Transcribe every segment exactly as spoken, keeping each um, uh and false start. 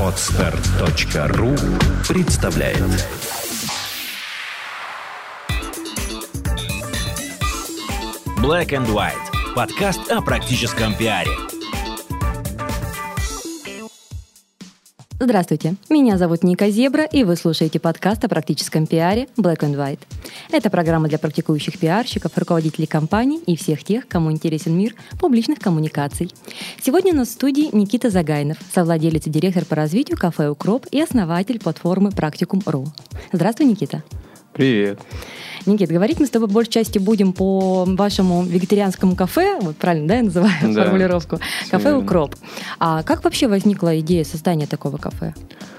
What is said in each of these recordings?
Подстер точка ру представляет. Black and White. Подкаст о практическом пиаре. Здравствуйте, меня зовут Ника Зебра, и вы слушаете подкаст о практическом пиаре Black and White. Это программа для практикующих пиарщиков, руководителей компаний и всех тех, кому интересен мир публичных коммуникаций. Сегодня у нас в студии Никита Загайнов, совладелец и директор по развитию кафе «Укроп» и основатель платформы Практикум точка ру. Здравствуй, Никита. Привет. Никит, говорить мы с тобой большей части будем по вашему вегетарианскому кафе, вот правильно, да, я называю да, формулировку, кафе «Укроп». А как вообще возникла идея создания такого кафе?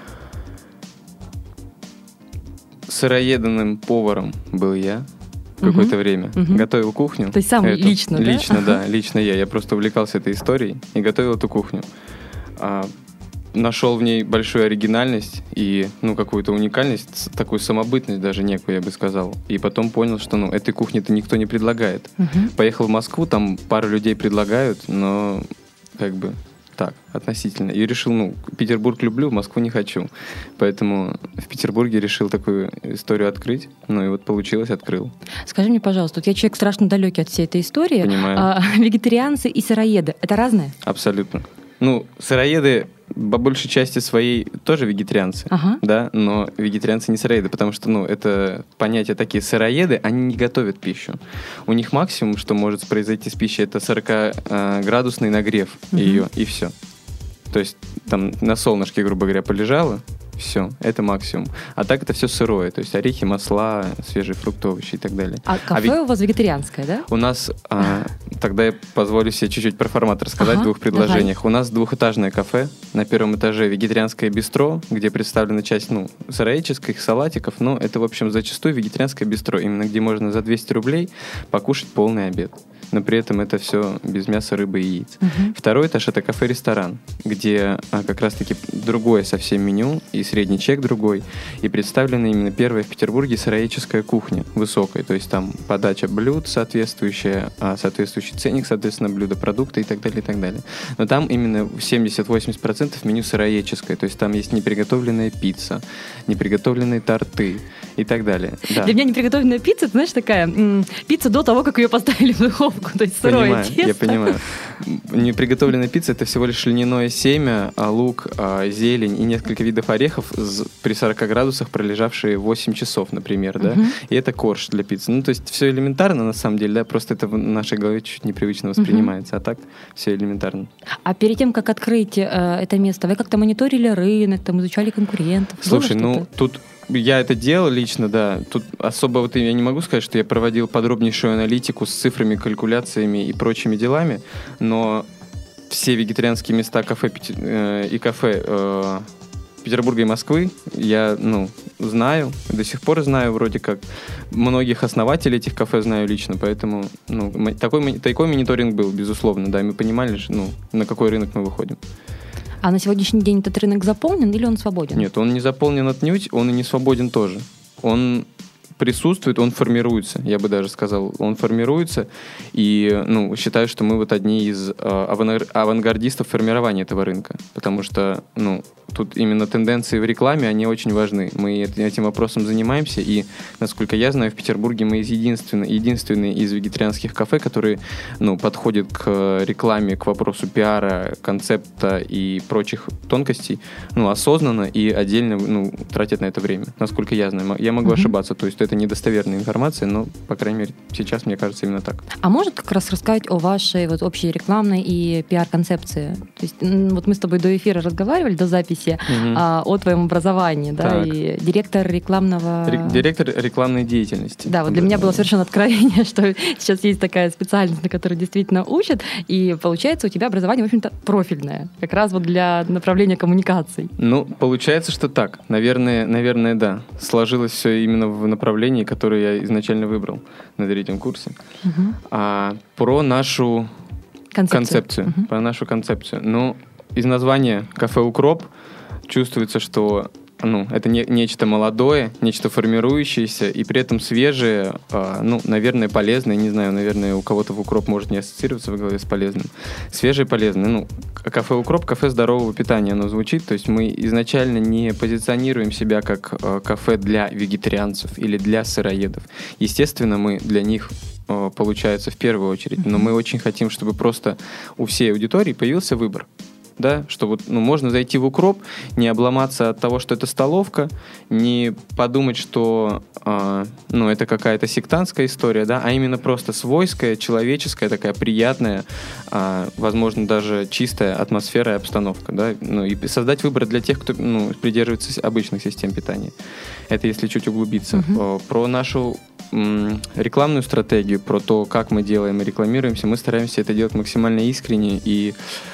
Сыроеденным поваром был я какое-то угу. время. Угу. Готовил кухню. То есть сам эту. лично, да? Лично, да, лично я. Я просто увлекался этой историей и готовил эту кухню. А, нашел в ней большую оригинальность и, ну, какую-то уникальность, такую самобытность даже некую, я бы сказал. И потом понял, что, ну, этой кухни-то никто не предлагает. Угу. Поехал в Москву, там пару людей предлагают, но как бы так, относительно. И решил, ну, Петербург люблю, Москву не хочу. Поэтому в Петербурге решил такую историю открыть. Ну и вот получилось, открыл. Скажи мне, пожалуйста, вот я человек страшно далекий от всей этой истории. Понимаю. А, вегетарианцы и сыроеды — это разное? Абсолютно. Ну, сыроеды по большей части своей тоже вегетарианцы, ага. да, но вегетарианцы не сыроеды, потому что, ну, это понятия такие. Сыроеды, они не готовят пищу. У них максимум, что может произойти с пищей, это сорокаградусный нагрев угу. ее, и все. То есть там на солнышке, грубо говоря, полежало, все, это максимум. А так это все сырое, то есть орехи, масла, свежие фрукты, овощи и так далее. А кафе а ведь... у вас вегетарианское, да? У нас, а, тогда я позволю себе чуть-чуть про формат рассказать ага, в двух предложениях. Давай. У нас двухэтажное кафе, на первом этаже вегетарианское бистро, где представлена часть, ну, сыроедческих, салатиков, но это, в общем, зачастую вегетарианское бистро, именно где можно за двести рублей покушать полный обед. Но при этом это все без мяса, рыбы и яиц. Uh-huh. Второй этаж — это кафе-ресторан, где а, как раз-таки другое совсем меню, и средний чек другой, и представлена именно первая в Петербурге сыроедческая кухня, высокая, то есть там подача блюд соответствующая, а, соответствующий ценник, соответственно, блюда, продукты и так далее, и так далее. Но там именно семьдесят-восемьдесят процентов меню сыроедческое, то есть там есть неприготовленная пицца, неприготовленные торты и так далее. Да. Для меня неприготовленная пицца, это, знаешь, такая м- пицца до того, как ее поставили в духовку. То есть сырое понимаю, тесто. Я понимаю. Неприготовленная пицца — это всего лишь льняное семя, лук, зелень и несколько видов орехов при сорока градусах, пролежавшие восемь часов, например, да? Uh-huh. И это корж для пиццы. Ну, то есть все элементарно, на самом деле, да, просто это в нашей голове чуть непривычно воспринимается, uh-huh. а так все элементарно. А перед тем, как открыть э, это место, вы как-то мониторили рынок, там, изучали конкурентов? Слушай, ну, тут... Я это делал лично, да. Тут особо вот я не могу сказать, что я проводил подробнейшую аналитику с цифрами, калькуляциями и прочими делами, но все вегетарианские места кафе э, и кафе э, Петербурга и Москвы я, ну, знаю, до сих пор знаю вроде как. Многих основателей этих кафе знаю лично, поэтому, ну, такой, такой мониторинг был, безусловно, да, и мы понимали, ну, на какой рынок мы выходим. А на сегодняшний день этот рынок заполнен или он свободен? Нет, он не заполнен отнюдь, он и не свободен тоже. Он присутствует, он формируется, я бы даже сказал. Он формируется, и, ну, считаю, что мы вот одни из э, авангардистов формирования этого рынка, потому что, ну, тут именно тенденции в рекламе, они очень важны. Мы этим вопросом занимаемся, и, насколько я знаю, в Петербурге мы из единственные, единственные из вегетарианских кафе, которые, ну, подходят к рекламе, к вопросу пиара, концепта и прочих тонкостей, ну, осознанно и отдельно, ну, тратят на это время, насколько я знаю. Я могу mm-hmm. ошибаться, то есть это недостоверная информация, но, по крайней мере, сейчас, мне кажется, именно так. А может как раз рассказать о вашей вот общей рекламной и пиар-концепции? То есть, вот мы с тобой до эфира разговаривали, до записи, угу. а, о твоем образовании, да, и директор рекламного... Ре- директор рекламной деятельности. Да, вот для меня было совершенно откровение, что сейчас есть такая специальность, на которой действительно учат, и получается у тебя образование, в общем-то, профильное, как раз вот для направления коммуникаций. Ну, получается, что так. Наверное, наверное, да. Сложилось все именно в направлении, которое я изначально выбрал на третьем курсе. Угу. А, про нашу концепцию. концепцию угу. Про нашу концепцию. Ну, из названия «Кафе Укроп» чувствуется, что ну, это не, нечто молодое, нечто формирующееся и при этом свежее, э, ну, наверное, полезное. Не знаю, наверное, у кого-то в укроп может не ассоциироваться в голове с полезным. Свежее и полезное. Ну, кафе укроп, кафе здорового питания, оно звучит. То есть мы изначально не позиционируем себя как э, кафе для вегетарианцев или для сыроедов. Естественно, мы для них э, получается в первую очередь. Но мы очень хотим, чтобы просто у всей аудитории появился выбор. Да, что вот, ну, можно зайти в укроп, не обломаться от того, что это столовка, не подумать, что э, ну, это какая-то сектантская история, да, а именно просто свойская, человеческая, такая приятная, э, возможно, даже чистая атмосфера и обстановка, да, ну, и создать выбор для тех, кто, ну, придерживается обычных систем питания. Это если чуть углубиться. Uh-huh. Про нашу м, рекламную стратегию, про то, как мы делаем и рекламируемся, мы стараемся это делать максимально искренне и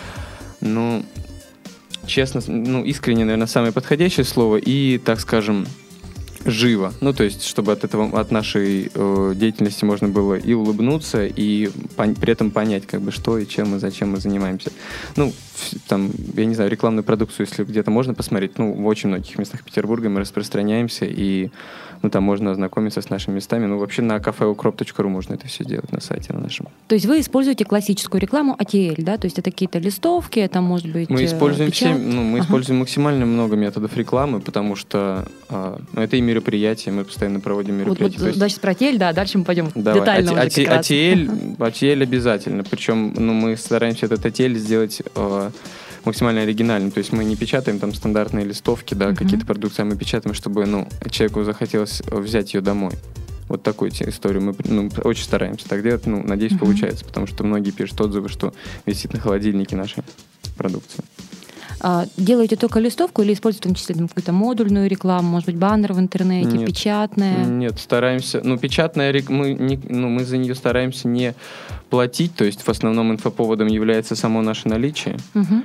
Ну, честно, ну, искренне, наверное, самое подходящее слово, и, так скажем, живо. Ну, то есть, чтобы от этого, от нашей э, деятельности можно было и улыбнуться, и пон- при этом понять, как бы, что и чем и зачем мы занимаемся. Ну, в, там, я не знаю, рекламную продукцию, если где-то можно посмотреть, ну, в очень многих местах Петербурга мы распространяемся, и, ну, там можно ознакомиться с нашими местами. Ну, вообще на кафе укроп точка ру можно это все делать на сайте на нашем. То есть вы используете классическую рекламу эй ти эл, да? То есть это какие-то листовки, это может быть Мы используем печать? все, ну, мы ага. используем максимально много методов рекламы, потому что а, ну, это и мероприятия, мы постоянно проводим мероприятия. Вот, вот, есть... Значит, про эй ти эл, да, дальше мы пойдем Давай. детально а, уже а, эй ти эл, эй ти эл обязательно, причем ну, мы стараемся этот эй ти эл сделать а, максимально оригинальным, то есть мы не печатаем там стандартные листовки, да, uh-huh. какие-то продукции, а мы печатаем, чтобы, ну, человеку захотелось взять ее домой. Вот такую историю мы ну, очень стараемся так делать, ну, надеюсь, uh-huh. получается, потому что многие пишут отзывы, что висит на холодильнике наша продукция. А, делаете только листовку или используете в том числе там, какую-то модульную рекламу, может быть, баннер в интернете, нет, печатная? Нет, стараемся, ну, печатная, мы, не, ну, мы за нее стараемся не платить, то есть в основном инфоповодом является само наше наличие, uh-huh.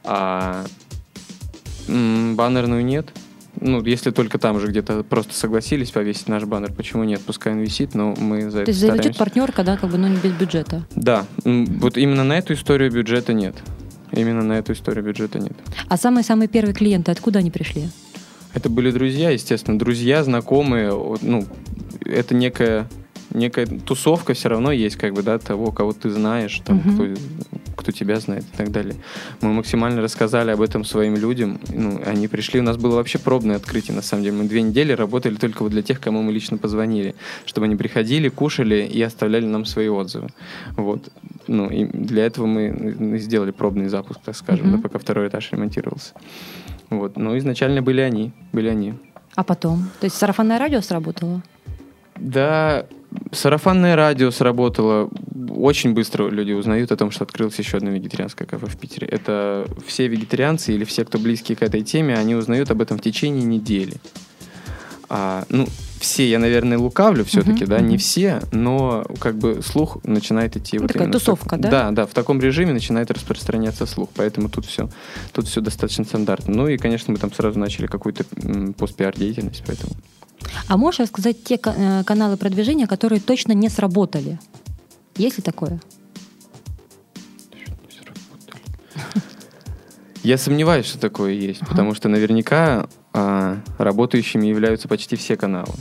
а м- баннерную нет. Ну, если только там же где-то просто согласились повесить наш баннер, почему нет? Пускай он висит, но мы за То это есть стараемся. заведет партнерка, да, как бы, но не без бюджета? Да, вот именно на эту историю бюджета нет. Именно на эту историю бюджета нет. А самые-самые первые клиенты, откуда они пришли? Это были друзья, естественно. Друзья, знакомые. Ну, это некая, некая тусовка все равно есть, как бы, да, того, кого ты знаешь, там, uh-huh. кто, кто тебя знает и так далее. Мы максимально рассказали об этом своим людям. Ну, они пришли. У нас было вообще пробное открытие, на самом деле. Мы две недели работали только вот для тех, кому мы лично позвонили, чтобы они приходили, кушали и оставляли нам свои отзывы. Вот. Ну, и для этого мы сделали пробный запуск, так скажем, uh-huh. да, пока второй этаж ремонтировался. Вот. Но изначально были они, были они. А потом? То есть сарафанное радио сработало? Да, сарафанное радио сработало. Очень быстро люди узнают о том, что открылось еще одно вегетарианское кафе в Питере. Это все вегетарианцы или все, кто близкие к этой теме, они узнают об этом в течение недели. А, ну, все, я, наверное, лукавлю все-таки, uh-huh, да, uh-huh. не все, но как бы слух начинает идти. Ну, вот такая тусовка, да? Да, да, в таком режиме начинает распространяться слух, поэтому тут все, тут все достаточно стандартно. Ну и, конечно, мы там сразу начали какую-то м, пост-пиар-деятельность, поэтому... А можешь рассказать те каналы продвижения, которые точно не сработали? Есть ли такое? Я сомневаюсь, что такое есть, ага. потому что наверняка а, работающими являются почти все каналы.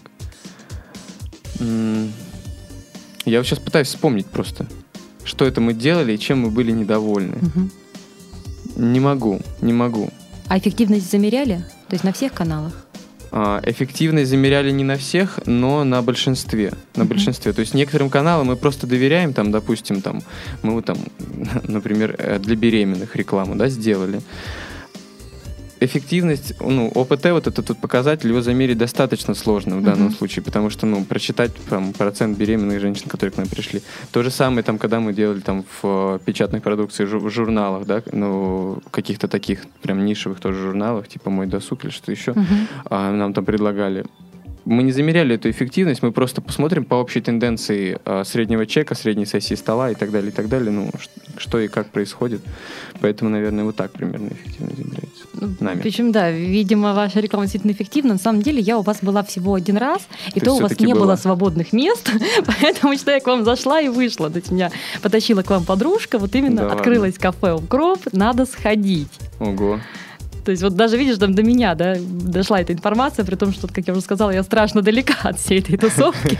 Я вот сейчас пытаюсь вспомнить просто, что это мы делали и чем мы были недовольны. Угу. Не могу, не могу. А эффективность замеряли? То есть на всех каналах? А, эффективность замеряли не на всех, но на большинстве. На uh-huh. большинстве. То есть некоторым каналам мы просто доверяем, там, допустим, там, мы вот там, например, для беременных рекламу, да, сделали. Эффективность, ну, ОПТ, вот этот вот показатель, его замерить достаточно сложно в данном uh-huh. случае, потому что, ну, прочитать там, процент беременных женщин, которые к нам пришли. То же самое, там, когда мы делали там в печатной продукции, в журналах, да, ну, каких-то таких прям нишевых тоже журналах, типа «Мой досуг» или что еще, uh-huh. а, нам там предлагали. Мы не замеряли эту эффективность, мы просто посмотрим по общей тенденции а, среднего чека, средней сессии стола и так далее, и так далее, ну, что и как происходит. Поэтому, наверное, вот так примерно эффективно замеряется. Нами. Причем, да, видимо, ваша реклама действительно эффективна. На самом деле, я у вас была всего один раз, и то, то у вас не была. было свободных мест, поэтому что я к вам зашла и вышла. То есть меня потащила к вам подружка, вот именно да открылось ладно. Кафе «Укроп», надо сходить. Ого. То То есть вот даже, видишь, там до меня, да, дошла эта информация, при том, что, как я уже сказала, я страшно далека от всей этой тусовки.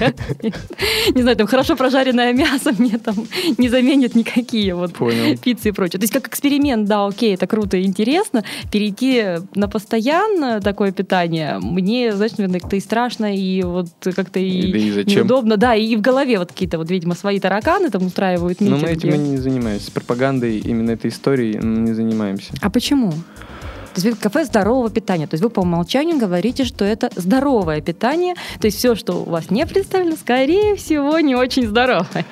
Не знаю, там хорошо прожаренное мясо мне там не заменит никакие вот пиццы и прочее. То есть как эксперимент, да, окей, это круто и интересно. Перейти на постоянное такое питание мне, знаешь, наверное, как-то и страшно, и вот как-то и неудобно. Да, и в голове вот какие-то вот, видимо, свои тараканы там устраивают митинги. Но мы этим и не занимаемся. Пропагандой именно этой истории не занимаемся. А почему? То есть вы кафе здорового питания. То есть вы по умолчанию говорите, что это здоровое питание. То есть все, что у вас не представлено, скорее всего, не очень здоровое.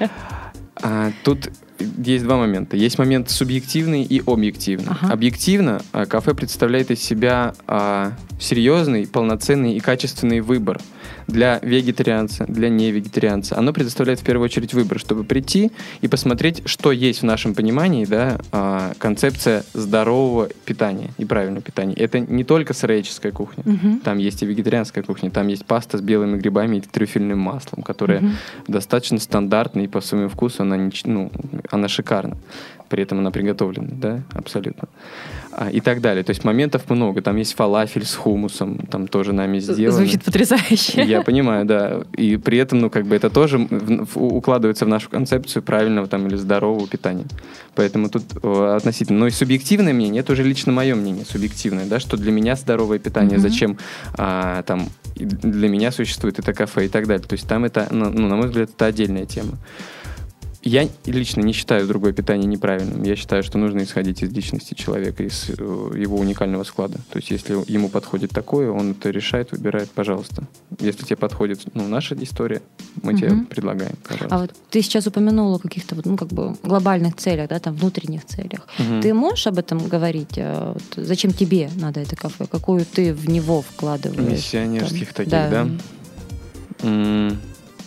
А, тут есть два момента. Есть момент субъективный и объективный. Ага. Объективно а, кафе представляет из себя а, серьезный, полноценный и качественный выбор для вегетарианца, для невегетарианца. Оно предоставляет в первую очередь выбор, чтобы прийти и посмотреть, что есть в нашем понимании, да, а, концепция здорового питания и правильного питания. Это не только сыроедческая кухня. Угу. Там есть и вегетарианская кухня, там есть паста с белыми грибами и трюфельным маслом, которая угу. достаточно стандартна, и по своему вкусу она, не, ну, она шикарна. При этом она приготовлена, да, абсолютно. А, и так далее. То есть моментов много. Там есть фалафель с хумусом, там тоже нами сделано. Звучит потрясающе. Я понимаю, да. И при этом, ну, как бы это тоже в, в, укладывается в нашу концепцию правильного там или здорового питания. Поэтому тут о, относительно. Но и субъективное мнение, это уже лично мое мнение, субъективное, да, что для меня здоровое питание, mm-hmm. зачем а, там для меня существует это кафе и так далее. То есть там это, ну, на мой взгляд, это отдельная тема. Я лично не считаю другое питание неправильным. Я считаю, что нужно исходить из личности человека, из его уникального склада. То есть, если ему подходит такое, он это решает, выбирает, пожалуйста. Если тебе подходит, ну, наша история, мы угу. тебе предлагаем, пожалуйста. А вот ты сейчас упомянула о каких-то, ну, как бы глобальных целях, да, там, внутренних целях. Угу. Ты можешь об этом говорить? Вот, зачем тебе надо это кафе? Какую ты в него вкладываешь? Миссионерских там, таких, да? да? М-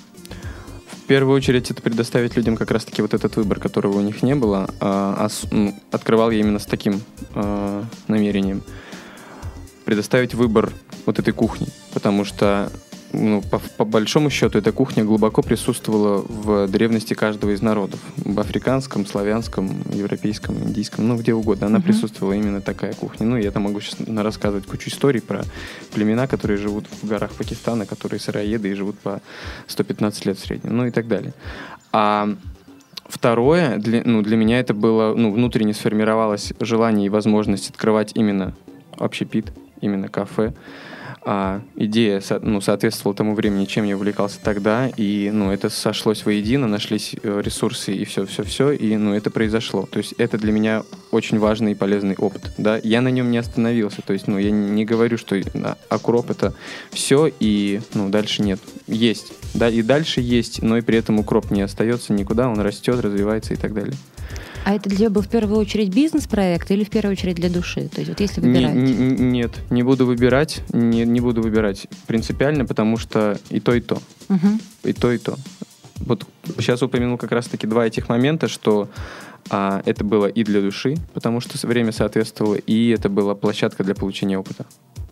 В первую очередь это предоставить людям как раз-таки вот этот выбор, которого у них не было. А, а, ну, открывал я именно с таким а, намерением. Предоставить выбор вот этой кухни. Потому что, ну, по, по большому счету, эта кухня глубоко присутствовала в древности каждого из народов. В африканском, славянском, европейском, индийском, ну, где угодно. Она uh-huh. присутствовала именно такая кухня. Ну, я там могу сейчас рассказывать кучу историй про племена, которые живут в горах Пакистана, которые сыроеды и живут по сто пятнадцать лет в среднем, ну, и так далее. А второе, для, ну, для меня это было, ну, внутренне сформировалось желание и возможность открывать именно общепит, именно кафе. А, идея, ну, соответствовала тому времени, чем я увлекался тогда, и, ну, это сошлось воедино, нашлись ресурсы и все-все-все, и, ну, это произошло. То есть это для меня очень важный и полезный опыт, да. Я на нем не остановился, то есть, ну, я не говорю, что укроп — это все, и, ну, дальше нет. Есть, да, и дальше есть, но и при этом укроп не остается никуда, он растет, развивается и так далее. А это для тебя был в первую очередь бизнес-проект или в первую очередь для души? То есть вот если выбирать? Не, не, нет, не буду выбирать, не, не буду выбирать принципиально, потому что и то, и то. Угу. И то, и то. Вот сейчас упомянул как раз-таки два этих момента, что а, это было и для души, потому что время соответствовало, и это была площадка для получения опыта.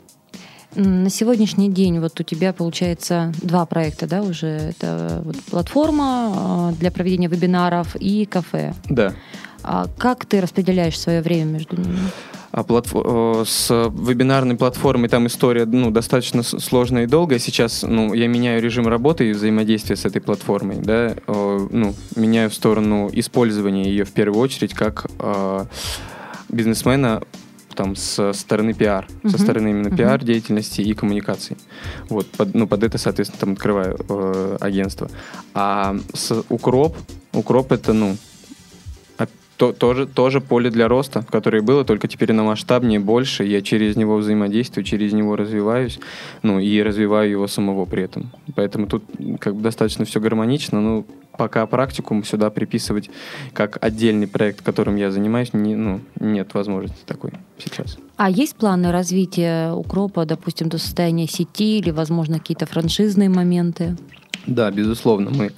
На сегодняшний день вот у тебя, получается, два проекта, да, уже? Это вот платформа для проведения вебинаров и кафе. Да. А как ты распределяешь свое время между ними? А платфо- с вебинарной платформой там история, ну, достаточно сложная и долгая. Сейчас, ну, я меняю режим работы и взаимодействия с этой платформой, да, ну, меняю в сторону использования ее в первую очередь как э, бизнесмена там с стороны пиар, uh-huh. со стороны именно uh-huh. пиар-деятельности и коммуникаций. Вот, под, ну, под это, соответственно, там открываю э, агентство. А с Укроп, Укроп это, ну, то, тоже, тоже поле для роста, которое было, только теперь на масштабнее, больше. Я через него взаимодействую, через него развиваюсь, ну, и развиваю его самого при этом. Поэтому тут как бы достаточно все гармонично, но пока практикум сюда приписывать как отдельный проект, которым я занимаюсь, не, ну, нет возможности такой сейчас. А есть планы развития Укропа, допустим, до состояния сети или, возможно, какие-то франшизные моменты? Да, безусловно. Мы,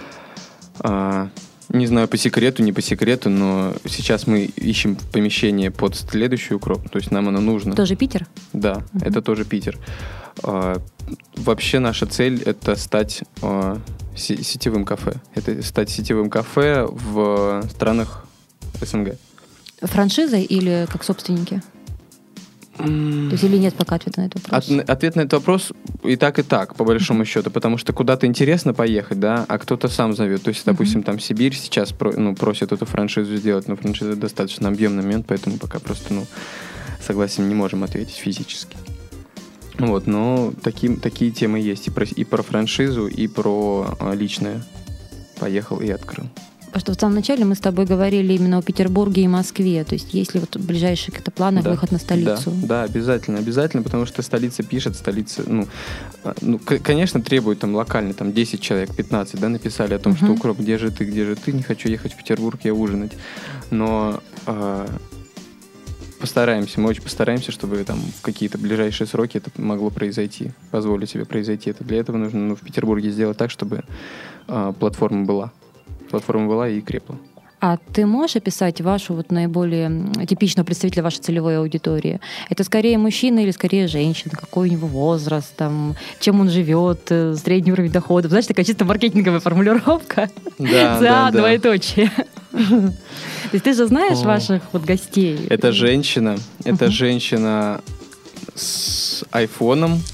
а, не знаю, по секрету, не по секрету, но сейчас мы ищем помещение под следующий Укроп, то есть нам оно нужно. Тоже Питер? Да, угу. Это тоже Питер. А, вообще наша цель — это стать а, сетевым кафе. Это стать сетевым кафе в странах СНГ. Франшизой или как собственники? То есть или нет пока ответа на этот вопрос? От, ответ на этот вопрос и так, и так, по большому счету, потому что куда-то интересно поехать, да, а кто-то сам зовет. То есть, допустим, uh-huh. там Сибирь сейчас про, ну, просит эту франшизу сделать, но франшиза достаточно объемный момент, поэтому пока просто, ну, согласен, не можем ответить физически. Вот, но такие, такие темы есть и про, и про франшизу, и про а, личное. Поехал и открыл. Потому что в самом начале мы с тобой говорили именно о Петербурге и Москве. То есть есть ли вот ближайшие какие-то планы, да, выход на столицу? Да, да, обязательно, обязательно, потому что столица пишет, столица, ну, ну к- конечно, требует там локально, там десять человек, пятнадцать, да, написали о том, uh-huh. что «Укроп, где же ты, где же ты, не хочу ехать в Петербург, я ужинать». Но э, постараемся, мы очень постараемся, чтобы там в какие-то ближайшие сроки это могло произойти, позволить себе произойти. Это для этого нужно, ну, в Петербурге сделать так, чтобы э, платформа была. Платформа была и крепла. А ты можешь описать вашу вот наиболее типичного представителя вашей целевой аудитории? Это скорее мужчина или скорее женщина? Какой у него возраст, там, чем он живет, средний уровень дохода? Знаешь, такая чисто маркетинговая формулировка. Да, да, да, двоеточие. То есть ты же знаешь ваших вот гостей. Это женщина, это женщина с айфоном,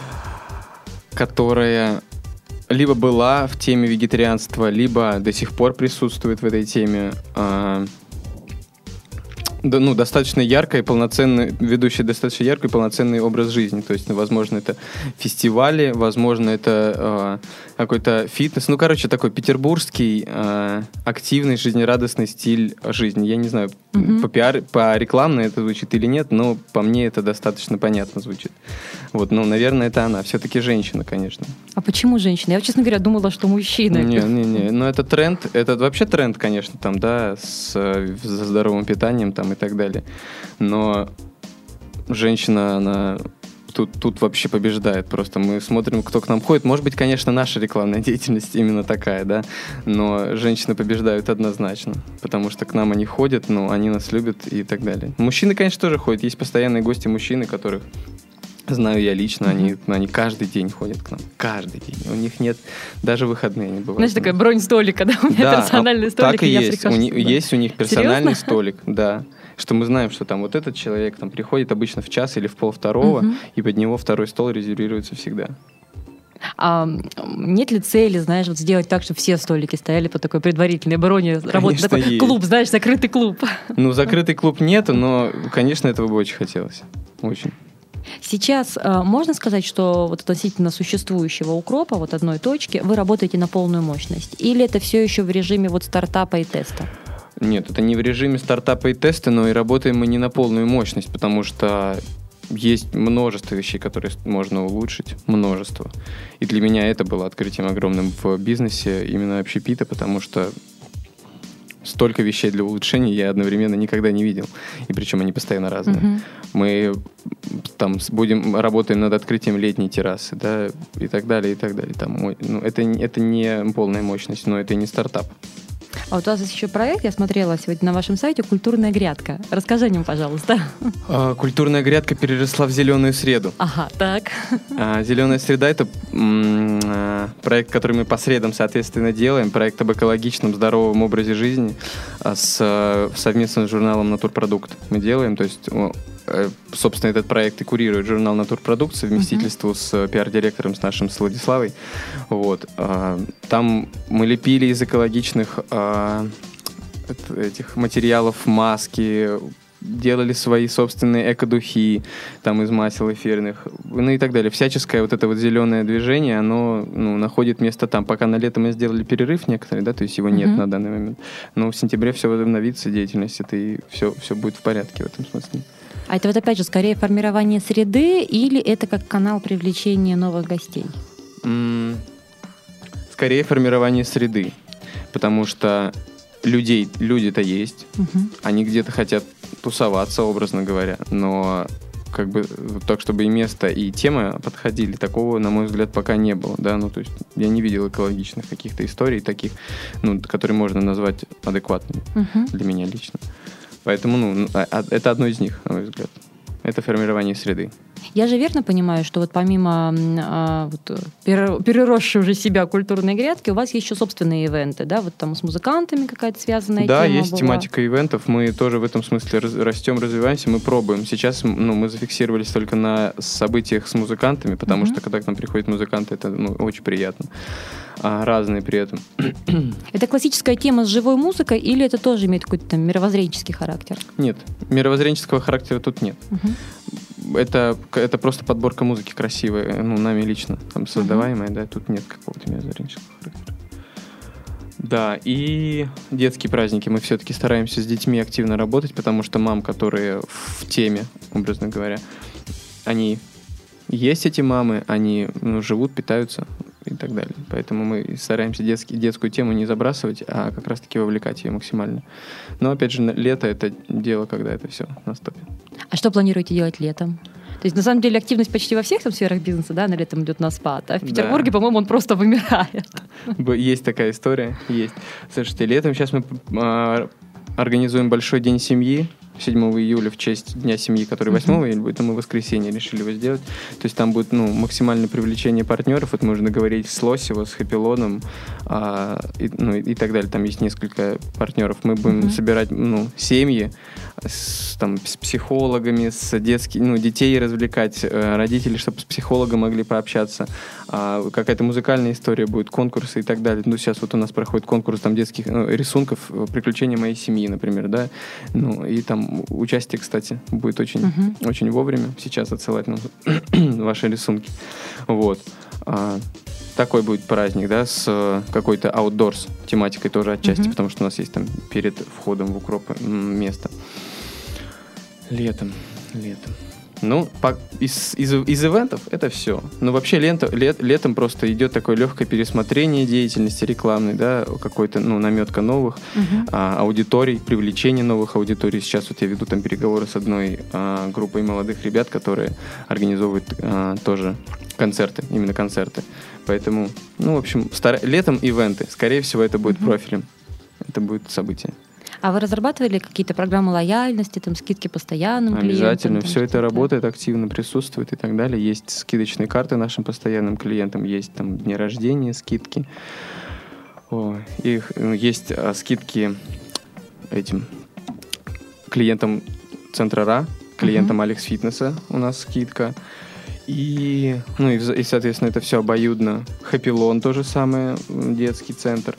которая либо была в теме вегетарианства, либо до сих пор присутствует в этой теме. А, да, ну, достаточно яркая и полноценная, ведущая достаточно яркий и полноценный образ жизни. То есть, ну, возможно, это фестивали, возможно, это а, какой-то фитнес. Ну, короче, такой петербургский а, активный, жизнерадостный стиль жизни. Я не знаю, mm-hmm. по пиар, по рекламно это звучит или нет, но по мне это достаточно понятно звучит. Вот, ну, наверное, это она. Все-таки женщина, конечно. А почему женщина? Я, честно говоря, думала, что мужчина. Не-не-не, ну это тренд, это вообще тренд, конечно, там, да, с, с здоровым питанием там и так далее. Но женщина, она тут, тут вообще побеждает. Просто мы смотрим, кто к нам ходит. Может быть, конечно, наша рекламная деятельность именно такая, да, но женщины побеждают однозначно, потому что к нам они ходят, ну, они нас любят и так далее. Мужчины, конечно, тоже ходят. Есть постоянные гости мужчины, которых знаю я лично, они, они каждый день ходят к нам. Каждый день. У них нет, даже выходные не бывают. Знаешь, такая бронь столика, да? У меня да, персональный столик, так и, и есть. У, да. Есть у них персональный Серьезно? столик, да. Что мы знаем, что там вот этот человек там приходит обычно в час или в полвторого, угу. и под него второй стол резервируется всегда. А нет ли цели, знаешь, вот сделать так, чтобы все столики стояли по такой предварительной броне? Работать такой есть. Клуб, знаешь, закрытый клуб. Ну, закрытый клуб нету, но, конечно, этого бы очень хотелось. Очень. Сейчас э, можно сказать, что вот относительно существующего укропа, вот одной точки, вы работаете на полную мощность? Или это все еще в режиме вот стартапа и теста? Нет, это не в режиме стартапа и теста, но и работаем мы не на полную мощность, потому что есть множество вещей, которые можно улучшить, множество. И для меня это было открытием огромным в бизнесе именно общепита, потому что столько вещей для улучшения я одновременно никогда не видел. И причем они постоянно разные. Uh-huh. Мы там будем, работаем над открытием летней террасы, да, и так далее, и так далее. Там, ну, это, это не полная мощность, но это и не стартап. А вот у вас есть еще проект, я смотрела сегодня на вашем сайте, «Культурная грядка». Расскажи о нем, пожалуйста. А, «Культурная грядка» переросла в «Зеленую среду». Ага, так. А, «Зеленая среда» — это м- а, проект, который мы по средам, соответственно, делаем. Проект об экологичном, здоровом образе жизни а, с, а, совместно с журналом «Натурпродукт» мы делаем. То есть, о, э, собственно, этот проект и курирует журнал «Натурпродукт» совместительству uh-huh. с пиар-директором, с нашим, с Владиславой. Вот. А, там мы лепили из экологичных а, этих материалов маски, делали свои собственные эко-духи там из масел эфирных, ну и так далее. Всяческое вот это вот зеленое движение, оно, ну, находит место там. Пока на лето мы сделали перерыв некоторый, да, то есть его нет mm-hmm. на данный момент. Но в сентябре все возобновится, деятельность это, и все, все будет в порядке в этом смысле. А это вот опять же скорее формирование среды или это как канал привлечения новых гостей? М- скорее формирование среды, потому что людей, люди-то есть, угу. они где-то хотят тусоваться, образно говоря, но как бы так, чтобы и место, и тема подходили, такого, на мой взгляд, пока не было, да, ну, то есть я не видел экологичных каких-то историй таких, ну, которые можно назвать адекватными угу. для меня лично. Поэтому, ну, это одно из них, на мой взгляд. Это формирование среды. Я же верно понимаю, что вот помимо а, вот, переросшей уже себя культурной грядки, у вас есть еще собственные ивенты, да? Вот там с музыкантами какая-то связанная да, тема есть была. тематика ивентов. Мы тоже в этом смысле растем, развиваемся, мы пробуем. Сейчас ну, мы зафиксировались только на событиях с музыкантами, потому mm-hmm. что когда к нам приходят музыканты, это ну, очень приятно. А, разные при этом. Это классическая тема с живой музыкой или это тоже имеет какой-то там мировоззренческий характер? Нет, мировоззренческого характера тут нет. Uh-huh. Это, это просто подборка музыки красивая, ну, нами лично там создаваемая, uh-huh. да, тут нет какого-то мировоззренческого характера. Да, и детские праздники. Мы все-таки стараемся с детьми активно работать, потому что мам, которые в теме, образно говоря, они есть эти мамы, они ну, живут, питаются и так далее. Поэтому мы стараемся детский, детскую тему не забрасывать, а как раз-таки вовлекать ее максимально. Но, опять же, лето — это дело, когда это все наступит. А что планируете делать летом? То есть, на самом деле, активность почти во всех там сферах бизнеса, да, на летом идет на спад, а в Петербурге, да. по-моему, он просто вымирает. Есть такая история, есть. Слушайте, летом сейчас мы а, организуем большой день семьи, седьмого июля в честь Дня семьи, который восьмого июля будет, и мы в воскресенье решили его сделать. То есть там будет ну, максимальное привлечение партнеров. Вот мы уже договорились с Лосево, с Хэппилоном а, и, ну, и так далее. Там есть несколько партнеров. Мы будем mm-hmm. собирать ну, семьи с, там, с психологами, с детскими, ну, детей развлекать, родителей, чтобы с психологом могли пообщаться. А, какая-то музыкальная история будет, конкурсы и так далее. Ну, сейчас вот у нас проходит конкурс там, детских ну, рисунков «Приключения моей семьи», например, да. Ну, и там участие, кстати, будет очень, uh-huh. очень вовремя. Сейчас отсылать нам ваши рисунки. Вот. А, такой будет праздник, да, с какой-то outdoors тематикой тоже отчасти, uh-huh. потому что у нас есть там перед входом в укроп место. Летом. Летом. Ну, по, из, из, из ивентов это все. Но вообще лето, лет, летом просто идет такое легкое пересмотрение деятельности рекламной, да, какой-то, ну, наметка новых uh-huh. а, аудиторий, привлечение новых аудиторий. Сейчас вот я веду там переговоры с одной а, группой молодых ребят, которые организовывают а, тоже концерты, именно концерты. Поэтому, ну, в общем, стар... летом ивенты. Скорее всего, это будет uh-huh. профилем. Это будет событие. А вы разрабатывали какие-то программы лояльности, там, скидки постоянным клиентам? Обязательно. Все это работает, активно присутствует и так далее. Есть скидочные карты нашим постоянным клиентам, есть там дни рождения, скидки. О, их, ну, есть а, скидки этим клиентам Центра РА, клиентам uh-huh. Алекс Фитнеса у нас скидка. И, ну, и, и, соответственно, это все обоюдно. Хэппилон то же самое, детский центр.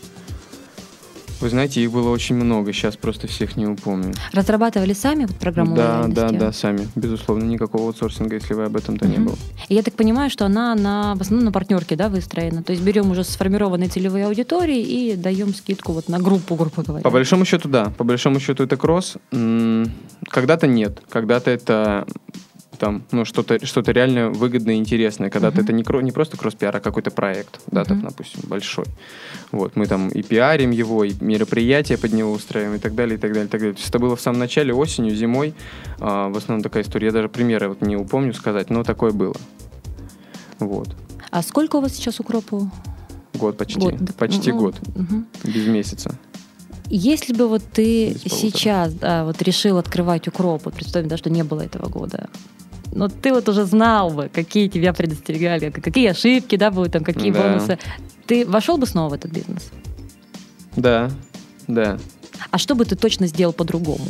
Вы знаете, их было очень много, сейчас просто всех не упомню. Разрабатывали сами вот программу да, лояльности? Да, да, сами. Безусловно, никакого аутсорсинга, если вы об этом-то mm-hmm. не было. И я так понимаю, что она на, в основном на партнерке, да, выстроена? То есть берем уже сформированные целевые аудитории и даем скидку вот на группу, грубо говоря. По большому счету, да. По большому счету это кросс. Когда-то нет. Когда-то это... Там, ну, что-то, что-то реально выгодное и интересное. Когда-то uh-huh. это не, кро- не просто кросс-пиар, а какой-то проект, да, uh-huh. там, допустим, большой. Вот, мы там и пиарим его, и мероприятия под него устраиваем, и так далее, и так далее, и так далее. То есть это было в самом начале, осенью, зимой. А, в основном такая история. Я даже примеры вот не упомню сказать, но такое было. Вот. А сколько у вас сейчас укропу? Год почти. Год. Почти uh-huh. год. Uh-huh. Без месяца. Если бы вот ты сейчас да, вот решил открывать укроп, вот представим, да, что не было этого года, но ты вот уже знал бы, какие тебя предостерегали, какие ошибки, да, будут там, какие да. бонусы. Ты вошел бы снова в этот бизнес? Да, да. А что бы ты точно сделал по-другому?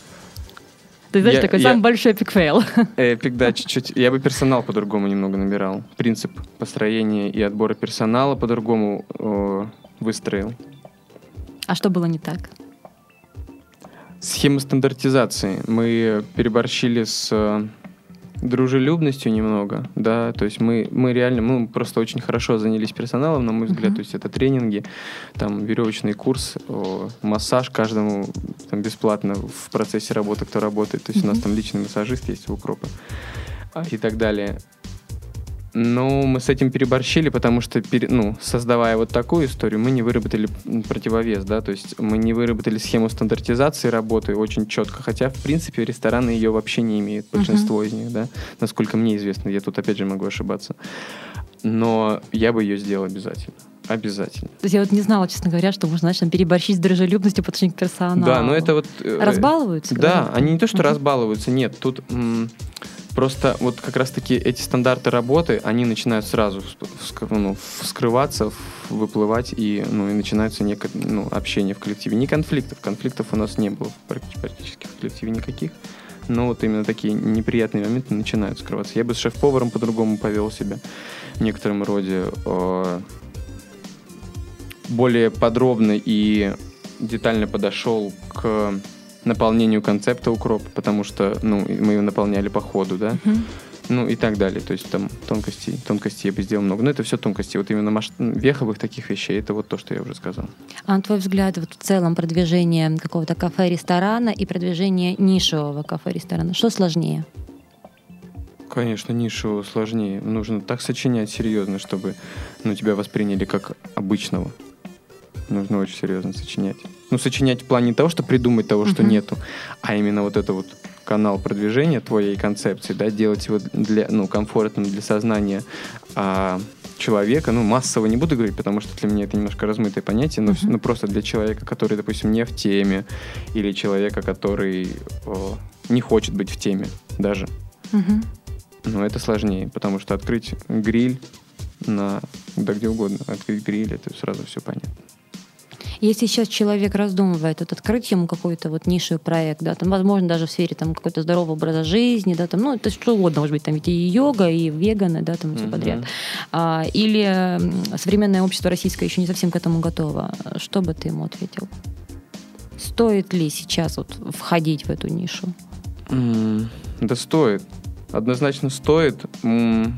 Ты знаешь, я, такой я... самый большой эпик-фейл. Эпик, да, чуть-чуть. Я бы персонал по-другому немного набирал. Принцип построения и отбора персонала по-другому э, выстроил. А что было не так? Схема стандартизации. Мы переборщили с э, дружелюбностью немного, да, то есть мы, мы реально, мы просто очень хорошо занялись персоналом, на мой взгляд, uh-huh. то есть это тренинги, там веревочный курс, о, массаж каждому там, бесплатно в процессе работы, кто работает, то есть uh-huh. у нас там личный массажист есть у Укропа и так далее. Но мы с этим переборщили, потому что, ну, создавая вот такую историю, мы не выработали противовес, да, то есть мы не выработали схему стандартизации работы очень четко, хотя, в принципе, рестораны ее вообще не имеют, большинство uh-huh. из них, да, насколько мне известно, я тут, опять же, могу ошибаться, но я бы ее сделал обязательно. Обязательно. То есть я вот не знала, честно говоря, что можно, значит, там, переборщить с дружелюбностью по отношению к персоналу. Да, но это вот... Разбалуются? Да, они не то, что uh-huh. разбалуются, нет, тут... М- Просто вот как раз-таки эти стандарты работы, они начинают сразу вск- ну, вскрываться, выплывать, и, ну, и начинается некое, ну, общение в коллективе. Не конфликтов. Конфликтов у нас не было практически в коллективе никаких. Но вот именно такие неприятные моменты начинают скрываться. Я бы с шеф-поваром по-другому повел себя в некотором роде. Э- более подробно и детально подошел к наполнению концепта укропа, потому что, ну, мы его наполняли по ходу, да, uh-huh. ну и так далее. То есть там тонкостей, тонкостей я бы сделал много. Но это все тонкости. Вот именно масш... веховых таких вещей, это вот то, что я уже сказал. А на твой взгляд, вот в целом продвижение какого-то кафе-ресторана и продвижение нишевого кафе-ресторана, что сложнее? Конечно, нишевого сложнее. Нужно так сочинять серьезно, чтобы, ну, тебя восприняли как обычного. Нужно очень серьезно сочинять. Ну, сочинять в плане того, что придумать того, что uh-huh. нету, а именно вот это вот канал продвижения твоей концепции, да, делать его для, ну, комфортным для сознания а, человека, ну, массово не буду говорить, потому что для меня это немножко размытое понятие, но uh-huh. ну, просто для человека, который, допустим, не в теме, или человека, который о, не хочет быть в теме даже. Uh-huh. Ну, это сложнее, потому что открыть гриль на, да где угодно, открыть гриль, это сразу все понятно. Если сейчас человек раздумывает, вот открыть ему какой-то вот нишевый проект, да, там, возможно, даже в сфере там какой-то здорового образа жизни, да, там, ну, это что угодно, может быть, там ведь и йога, и веганы, да, там, и все mm-hmm. подряд. А, или современное общество российское еще не совсем к этому готово. Что бы ты ему ответил? Стоит ли сейчас вот входить в эту нишу? Mm, да стоит. Однозначно стоит. М-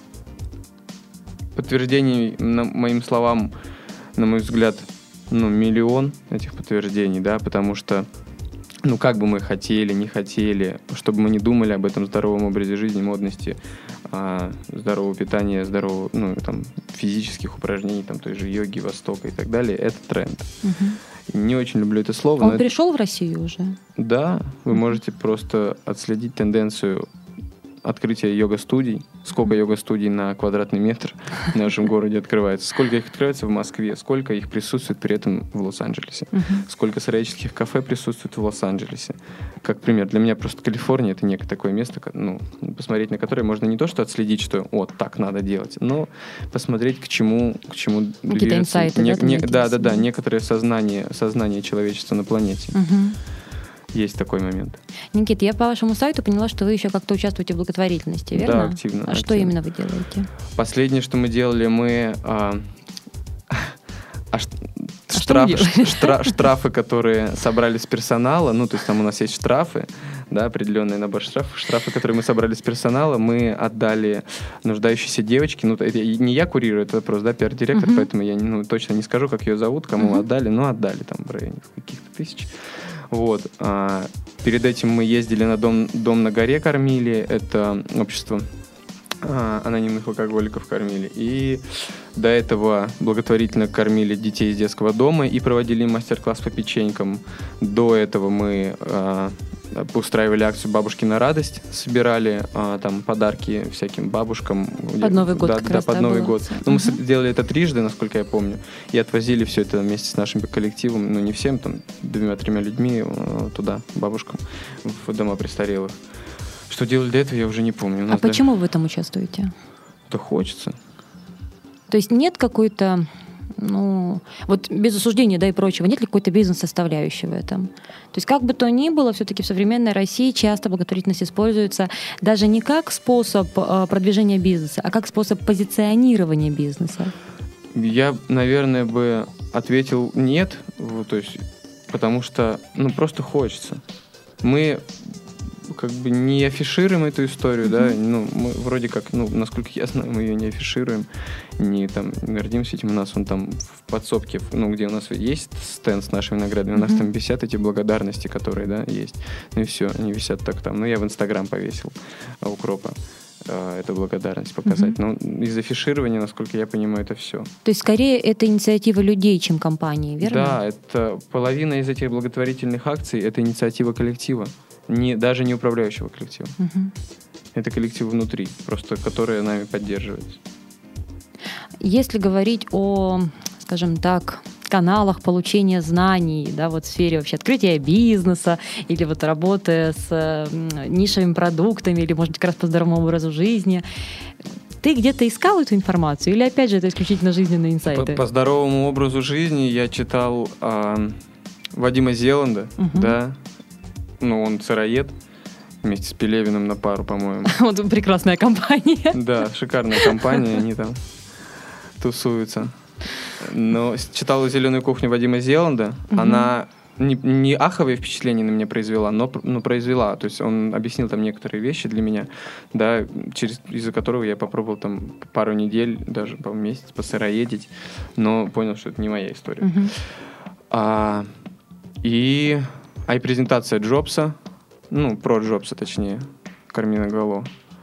подтверждений на моим словам, на мой взгляд, ну, миллион этих подтверждений, да, потому что, ну, как бы мы хотели, не хотели, чтобы мы не думали об этом здоровом образе жизни, модности, а, здорового питания, здорового, ну, там, физических упражнений, там, той же йоги, Востока и так далее, это тренд. Угу. Не очень люблю это слово. Он но пришел это... в Россию уже? Да, вы угу. можете просто отследить тенденцию открытия йога-студий, сколько йога-студий на квадратный метр в нашем городе открывается, сколько их открывается в Москве, сколько их присутствует при этом в Лос-Анджелесе, uh-huh. сколько сыроедческих кафе присутствует в Лос-Анджелесе. Как пример, для меня просто Калифорния — это некое такое место, ну, посмотреть на которое можно не то что отследить, что вот так надо делать, но посмотреть, к чему, к чему какие-то инсайты, не, да, не, да, да, да, некоторое сознание, сознание человечества на планете. Uh-huh. Есть такой момент. Никит, я по вашему сайту поняла, что вы еще как-то участвуете в благотворительности, верно? Да, активно. А активно. Что именно вы делаете? Последнее, что мы делали, мы а, а, а штрафы, штра, штрафы, которые собрали с персонала, ну, то есть там у нас есть штрафы, да, определенный набор штрафов, штрафы, которые мы собрали с персонала, мы отдали нуждающейся девочке, ну, это не я курирую этот вопрос, да, пиар-директор, uh-huh. поэтому я, ну, точно не скажу, как ее зовут, кому uh-huh. отдали, но отдали там в районе каких-то тысяч. Вот. А, перед этим мы ездили на дом, дом на горе, кормили. Это общество а, анонимных алкоголиков кормили. И до этого благотворительно кормили детей из детского дома и проводили мастер-класс по печенькам. До этого мы а, устраивали акцию «Бабушки на радость», собирали а, там подарки всяким бабушкам. Под Новый год да, как да, раз, под да, Новый было? год. Ну, мы uh-huh. делали это трижды, насколько я помню, и отвозили все это вместе с нашим коллективом, ну, не всем, там, двумя-тремя людьми туда, бабушкам, в дома престарелых. Что делали до этого, я уже не помню. А почему даже... вы там участвуете? Да хочется. То есть нет какой-то... Ну, вот без осуждения, да, и прочего, нет ли какой-то бизнес-составляющей в этом? То есть как бы то ни было, все-таки в современной России часто благотворительность используется даже не как способ э, продвижения бизнеса, а как способ позиционирования бизнеса. Я, наверное, бы ответил нет, то есть, потому что, ну, просто хочется. Мы как бы не афишируем эту историю, mm-hmm. да, ну, мы вроде как, ну, насколько я знаю, мы ее не афишируем, не там гордимся этим, у нас он там в подсобке, ну, где у нас есть стенд с нашими наградами, mm-hmm. у нас там висят эти благодарности, которые, да, есть, ну и все, они висят так там, ну, я в Инстаграм повесил укропа, э, эту благодарность показать, mm-hmm. но из афиширования, насколько я понимаю, это все. То есть, скорее, это инициатива людей, чем компании, верно? Да, это половина из этих благотворительных акций, это инициатива коллектива. Не, даже не управляющего коллектива. Угу. Это коллектив внутри, просто который нами поддерживается. Если говорить о, скажем так, каналах получения знаний, да, вот в сфере вообще открытия бизнеса или вот работы с э, нишевыми продуктами или, может быть, как раз по здоровому образу жизни. Ты где-то искал эту информацию или, опять же, это исключительно жизненные инсайты? По, по здоровому образу жизни я читал э, Вадима Зеланда, угу. да, ну, он сыроед, вместе с Пелевиным на пару, по-моему. Вот прекрасная компания. Да, шикарная компания, они там тусуются. Но читал «Зеленую кухню» Вадима Зеланда, угу. она... Не, не аховые впечатления на меня произвела, но ну, произвела. То есть он объяснил там некоторые вещи для меня, да, через, из-за которого я попробовал там пару недель, даже по месяц посыроедить, но понял, что это не моя история. Uh-huh. А, и, а и презентация Джобса, ну, про Джобса точнее, Кармина Гало.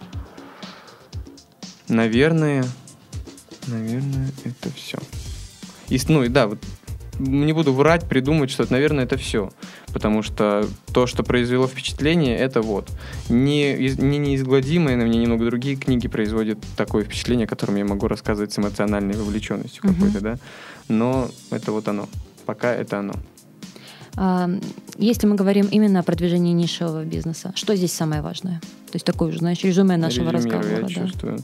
Наверное, наверное, это все. И, ну и да, вот не буду врать, придумать что-то, наверное, это все. Потому что то, что произвело впечатление, это вот. Не, не неизгладимые, на меня немного другие книги производят такое впечатление, о котором я могу рассказывать с эмоциональной вовлеченностью mm-hmm. какой-то, да. Но это вот оно. Пока это оно. А, если мы говорим именно о продвижении нишевого бизнеса, что здесь самое важное? То есть такое уже, знаешь, резюме нашего Резюмирую, разговора. Я да? чувствую.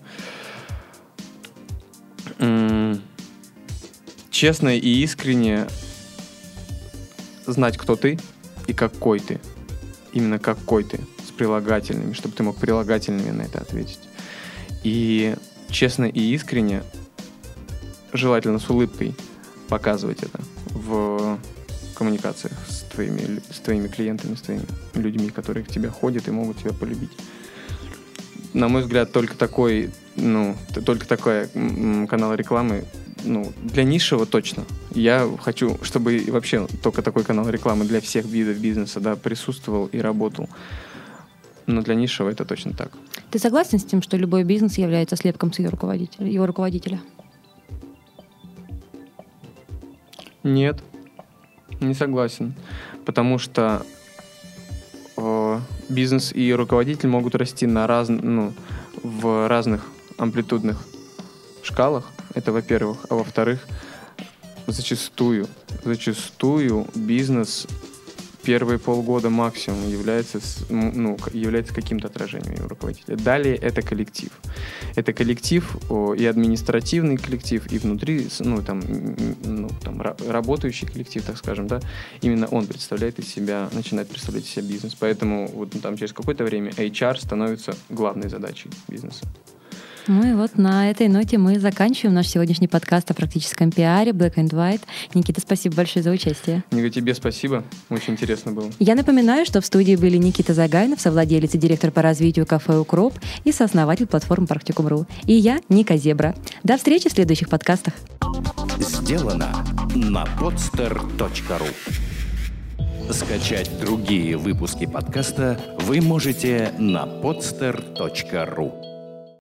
М- Честно и искренне знать, кто ты и какой ты. Именно какой ты, с прилагательными, чтобы ты мог прилагательными на это ответить. И честно и искренне, желательно с улыбкой, показывать это в коммуникациях с твоими, с твоими клиентами, с твоими людьми, которые к тебе ходят и могут тебя полюбить. На мой взгляд, только такой, ну, только такой канал рекламы, ну, для нишевого точно. Я хочу, чтобы вообще только такой канал рекламы для всех видов бизнеса, да, присутствовал и работал. Но для нишевого это точно так. Ты согласен с тем, что любой бизнес является слепком своего руководителя, его руководителя? Нет, не согласен. Потому что э, бизнес и руководитель могут расти на раз, ну, в разных амплитудных шкалах. Это, во-первых. А во-вторых, зачастую, зачастую бизнес первые полгода максимум является, ну, является каким-то отражением его руководителя. Далее это коллектив. Это коллектив о, и административный коллектив, и внутри, ну, там, ну, там, работающий коллектив, так скажем, да, именно он представляет из себя, начинает представлять из себя бизнес. Поэтому вот, ну, там, через какое-то время эйч ар становится главной задачей бизнеса. Ну и вот на этой ноте мы заканчиваем наш сегодняшний подкаст о практическом пиаре Black and White. Никита, спасибо большое за участие. Ника, тебе спасибо. Очень интересно было. Я напоминаю, что в студии были Никита Загайнов, совладелец и директор по развитию кафе «Укроп» и сооснователь платформы «Практикум точка ру». И я, Ника Зебра. До встречи в следующих подкастах. Сделано на подстер точка ру. Скачать другие выпуски подкаста вы можете на подстер точка ру.